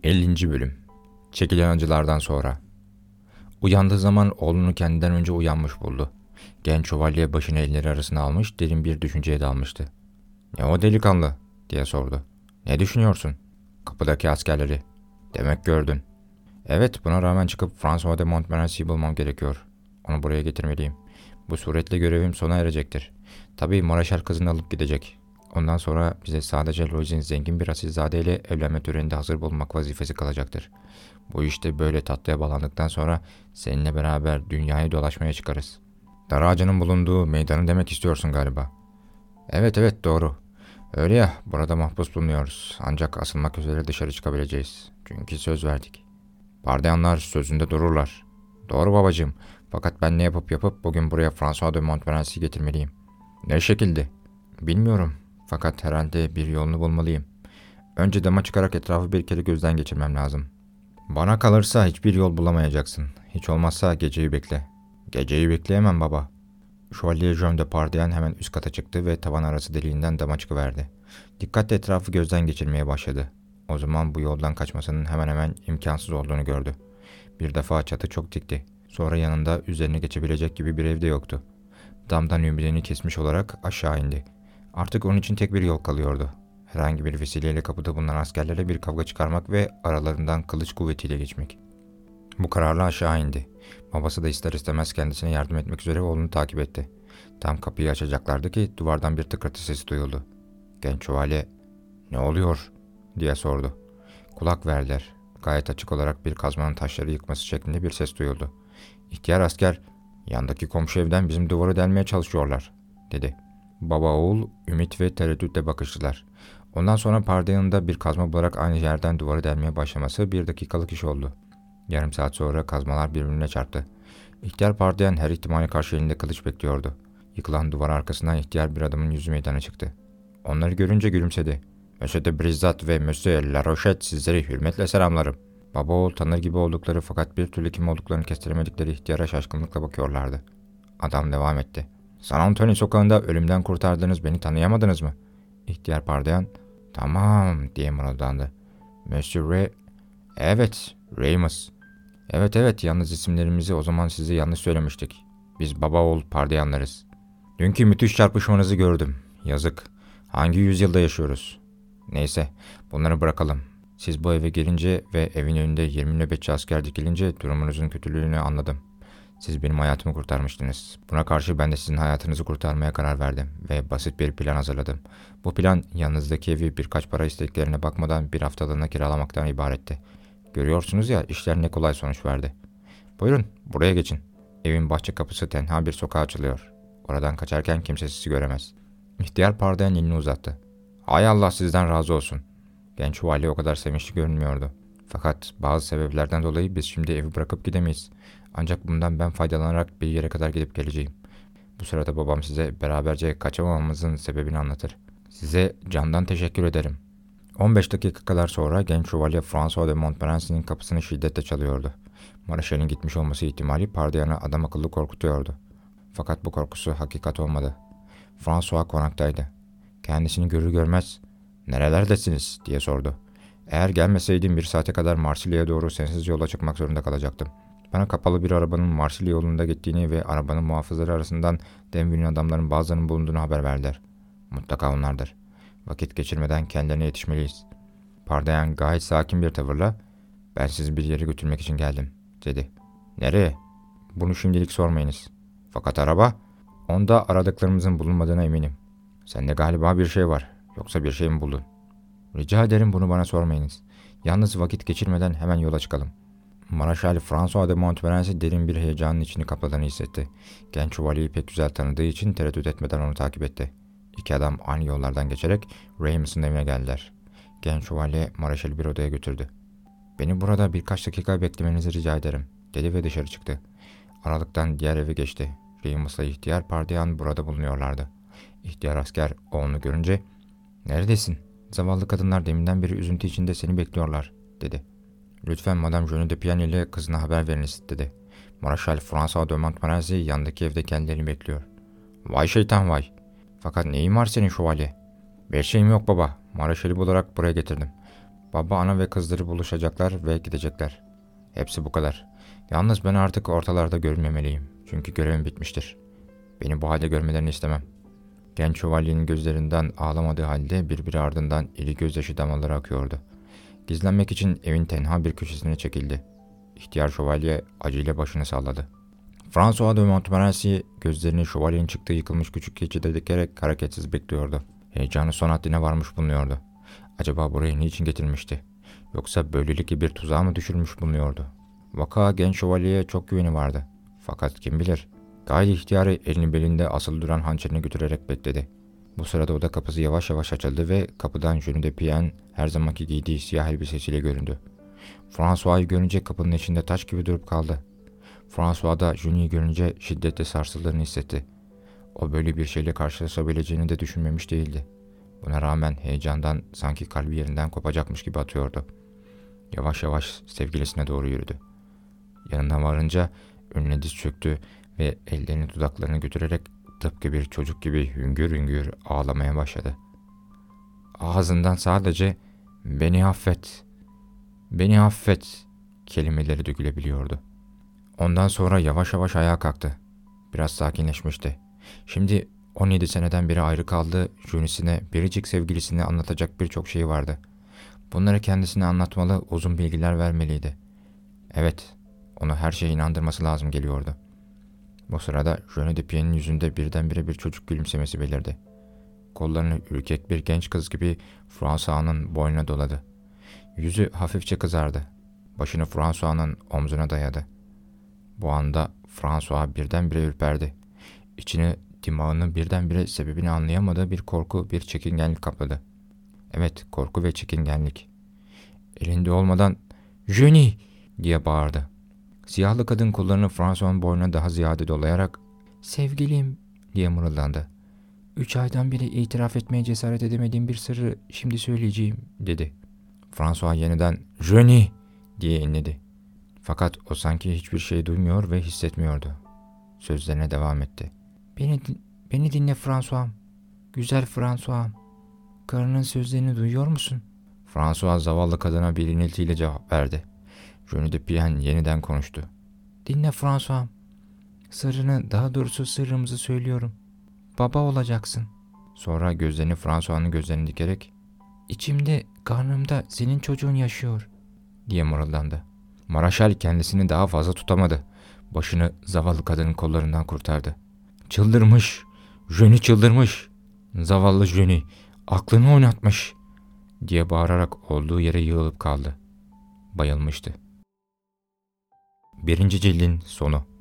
50. Bölüm. Çekilen acılardan sonra. Uyandığı zaman oğlunu kendinden önce uyanmış buldu. Genç şövalye başını elleri arasına almış, derin bir düşünceye dalmıştı. "Ne o delikanlı?" diye sordu. "Ne düşünüyorsun?" "Kapıdaki askerleri." "Demek gördün." "Evet, buna rağmen çıkıp François de Montmorency'yi bulmam gerekiyor. Onu buraya getirmeliyim. Bu suretle görevim sona erecektir. Tabii Maraşal kızını alıp gidecek. Ondan sonra bize sadece Louis'in zengin bir asilzade ile evlenme töreninde hazır bulunmak vazifesi kalacaktır. Bu işte böyle tatlıya bağlandıktan sonra seninle beraber dünyayı dolaşmaya çıkarız." "Dar ağacının bulunduğu meydanı demek istiyorsun galiba." "Evet evet, doğru. Öyle ya, burada mahpus bulunuyoruz. Ancak asılmak üzere dışarı çıkabileceğiz. Çünkü söz verdik." "Pardayanlar sözünde dururlar." "Doğru babacığım. Fakat ben ne yapıp bugün buraya François de Montmorency'yi getirmeliyim." "Ne şekilde?" "Bilmiyorum. Fakat herhalde bir yolunu bulmalıyım. Önce dama çıkarak etrafı bir kere gözden geçirmem lazım." "Bana kalırsa hiçbir yol bulamayacaksın. Hiç olmazsa geceyi bekle." "Geceyi bekleyemem baba." Şövalye Jean de Pardiyan hemen üst kata çıktı ve tavan arası deliğinden dama çıkıverdi. Dikkatle etrafı gözden geçirmeye başladı. O zaman bu yoldan kaçmasının hemen hemen imkansız olduğunu gördü. Bir defa çatı çok dikti. Sonra yanında üzerine geçebilecek gibi bir evde yoktu. Damdan ümidini kesmiş olarak aşağı indi. Artık onun için tek bir yol kalıyordu. Herhangi bir vesileyle kapıda bulunan askerlerle bir kavga çıkarmak ve aralarından kılıç kuvvetiyle geçmek. Bu kararla aşağı indi. Babası da ister istemez kendisine yardım etmek üzere oğlunu takip etti. Tam kapıyı açacaklardı ki duvardan bir tıkırtı sesi duyuldu. Genç şövalye "Ne oluyor?" diye sordu. Kulak verdiler. Gayet açık olarak bir kazmanın taşları yıkması şeklinde bir ses duyuldu. İhtiyar asker "Yandaki komşu evden bizim duvarı delmeye çalışıyorlar," dedi. Baba oğul ümit ve tereddütle bakıştılar. Ondan sonra Pardayan'ın da bir kazma bularak aynı yerden duvarı delmeye başlaması bir dakikalık iş oldu. Yarım saat sonra kazmalar birbirine çarptı. İhtiyar Pardayan her ihtimale karşı elinde kılıç bekliyordu. Yıkılan duvar arkasından ihtiyar bir adamın yüzü meydana çıktı. Onları görünce gülümsedi. "Monsieur de Brizat ve Monsieur La Rochette, sizleri hürmetle selamlarım." Baba oğul tanır gibi oldukları fakat bir türlü kim olduklarını kestiremedikleri ihtiyara şaşkınlıkla bakıyorlardı. Adam devam etti. "San Antonio sokağında ölümden kurtardınız, beni tanıyamadınız mı?" İhtiyar Pardayan "Tamam," diye mırıldandı. "Monsieur Ray..." "Evet, Remus." Evet evet, yalnız isimlerimizi o zaman size yanlış söylemiştik. Biz baba oğul Pardayanlarız." "Dünkü müthiş çarpışmanızı gördüm. Yazık. Hangi yüzyılda yaşıyoruz?" "Neyse, bunları bırakalım. Siz bu eve gelince ve evin önünde 20 nöbetçi asker dikilince durumunuzun kötülüğünü anladım. Siz benim hayatımı kurtarmıştınız. Buna karşı ben de sizin hayatınızı kurtarmaya karar verdim ve basit bir plan hazırladım. Bu plan yanınızdaki evi birkaç para isteklerine bakmadan bir haftalığına kiralamaktan ibaretti. Görüyorsunuz ya, işler ne kolay sonuç verdi. Buyurun, buraya geçin. Evin bahçe kapısı tenha bir sokağa açılıyor. Oradan kaçarken kimse sizi göremez." İhtiyar Pardayan elini uzattı. "Hay Allah sizden razı olsun." Genç vali o kadar sevinçli görünmüyordu. "Fakat bazı sebeplerden dolayı biz şimdi evi bırakıp gidemeyiz. Ancak bundan ben faydalanarak bir yere kadar gidip geleceğim. Bu sırada babam size beraberce kaçamamamızın sebebini anlatır. Size candan teşekkür ederim." 15 dakika kadar sonra genç şövalye François de Montmorency'nin kapısını şiddetle çalıyordu. Maraşal'in gitmiş olması ihtimali Pardayan'ı adam akıllı korkutuyordu. Fakat bu korkusu hakikat olmadı. François konaktaydı. Kendisini görür görmez "Nerelerdesiniz?" diye sordu. "Eğer gelmeseydim bir saate kadar Marsilya'ya doğru sensiz yola çıkmak zorunda kalacaktım. Bana kapalı bir arabanın Marsilya yolunda gittiğini ve arabanın muhafızları arasından Denville'in adamların bazılarının bulunduğunu haber verdiler. Mutlaka onlardır. Vakit geçirmeden kendilerine yetişmeliyiz." Pardayan gayet sakin bir tavırla "Ben sizi bir yere götürmek için geldim," dedi. "Nereye?" "Bunu şimdilik sormayınız." "Fakat araba?" "Onda aradıklarımızın bulunmadığına eminim." "Sende galiba bir şey var. Yoksa bir şey mi buldun?" "Rica ederim, bunu bana sormayınız. Yalnız vakit geçirmeden hemen yola çıkalım." Maraşal François de Montmorency derin bir heyecanın içini kapladığını hissetti. Genç şövalyeyi pek güzel tanıdığı için tereddüt etmeden onu takip etti. İki adam aynı yollardan geçerek Remus'un evine geldiler. Genç şövalye Maraşal'i bir odaya götürdü. "Beni burada birkaç dakika beklemenizi rica ederim," dedi ve dışarı çıktı. Aralıktan diğer eve geçti. Remus'la ihtiyar Pardayan burada bulunuyorlardı. İhtiyar asker oğlunu görünce "Neredesin? Zavallı kadınlar deminden beri üzüntü içinde seni bekliyorlar," dedi. "Lütfen Madame Jeanne de Pian ile kızına haber veriniz," dedi. "Maraşal François de Montmorency yandaki evde kendilerini bekliyor." "Vay şeytan vay! Fakat neyin var senin şövalye?" "Bir şeyim yok baba. Maraşal'i bularak buraya getirdim. Baba, ana ve kızları buluşacaklar ve gidecekler. Hepsi bu kadar. Yalnız ben artık ortalarda görünmemeliyim. Çünkü görevim bitmiştir. Beni bu halde görmelerini istemem. Genç şövalyenin gözlerinden ağlamadığı halde birbiri ardından iri gözyaşı damlaları akıyordu. Gizlenmek için evin tenha bir köşesine çekildi. İhtiyar şövalye acıyla başını salladı. François de Montmorency gözlerini şövalyenin çıktığı yıkılmış küçük geçide dikerek hareketsiz bekliyordu. Heyecanı son haddine varmış bulunuyordu. Acaba buraya niçin getirmişti? Yoksa böylelikle bir tuzağa mı düşürmüş bulunuyordu? Vaka genç şövalyeye çok güveni vardı. Fakat kim bilir? Gayri ihtiyarı elini belinde asılı duran hançerini götürerek bekledi. Bu sırada oda kapısı yavaş yavaş açıldı ve kapıdan Jeune de Pienne her zamanki giydiği siyah elbisesiyle göründü. François'ı görünce kapının içinde taş gibi durup kaldı. François da Jeune'yi görünce şiddetle sarsıldığını hissetti. O böyle bir şeyle karşılaşabileceğini de düşünmemiş değildi. Buna rağmen heyecandan sanki kalbi yerinden kopacakmış gibi atıyordu. Yavaş yavaş sevgilisine doğru yürüdü. Yanına varınca önüne diz çöktü ve ellerini dudaklarına götürerek tıpkı bir çocuk gibi hüngür hüngür ağlamaya başladı. Ağzından sadece "Beni affet, beni affet" kelimeleri dökülebiliyordu. Ondan sonra yavaş yavaş ayağa kalktı. Biraz sakinleşmişti. Şimdi 17 seneden beri ayrı kaldığı Jeune'sine biricik sevgilisine anlatacak birçok şey vardı. Bunları kendisine anlatmalı, uzun bilgiler vermeliydi. Evet, onu her şeye inandırması lazım geliyordu. Bu sırada Jeune de Pienne'in yüzünde birdenbire bir çocuk gülümsemesi belirdi. Kollarını ürkek bir genç kız gibi François'nın boynuna doladı. Yüzü hafifçe kızardı. Başını François'nın omzuna dayadı. Bu anda François birdenbire ürperdi. İçini, dimağını birdenbire sebebini anlayamadığı bir korku, bir çekingenlik kapladı. Evet, korku ve çekingenlik. Elinde olmadan "Jeune!" diye bağırdı. Siyahlı kadın kollarını François'un boynuna daha ziyade dolayarak "Sevgilim!" diye mırıldandı. "3 aydan beri itiraf etmeye cesaret edemediğim bir sırrı şimdi söyleyeceğim" dedi. François yeniden "Jeune!" diye inledi. Fakat o sanki hiçbir şey duymuyor ve hissetmiyordu. Sözlerine devam etti. Beni dinle François'm. Güzel François'm. Karının sözlerini duyuyor musun?" François zavallı kadına bir iniltiyle cevap verdi. Jeune de Pienne yeniden konuştu. "Dinle François'm. Sırrını, daha doğrusu sırrımızı söylüyorum. Baba olacaksın." Sonra gözlerini François'ın gözlerine dikerek "İçimde, karnımda senin çocuğun yaşıyor" diye mırıldandı. Maraşal kendisini daha fazla tutamadı. Başını zavallı kadının kollarından kurtardı. "Çıldırmış! Jeune çıldırmış! Zavallı Jeune! Aklını oynatmış!" diye bağırarak olduğu yere yığılıp kaldı. Bayılmıştı. 1. cildin sonu.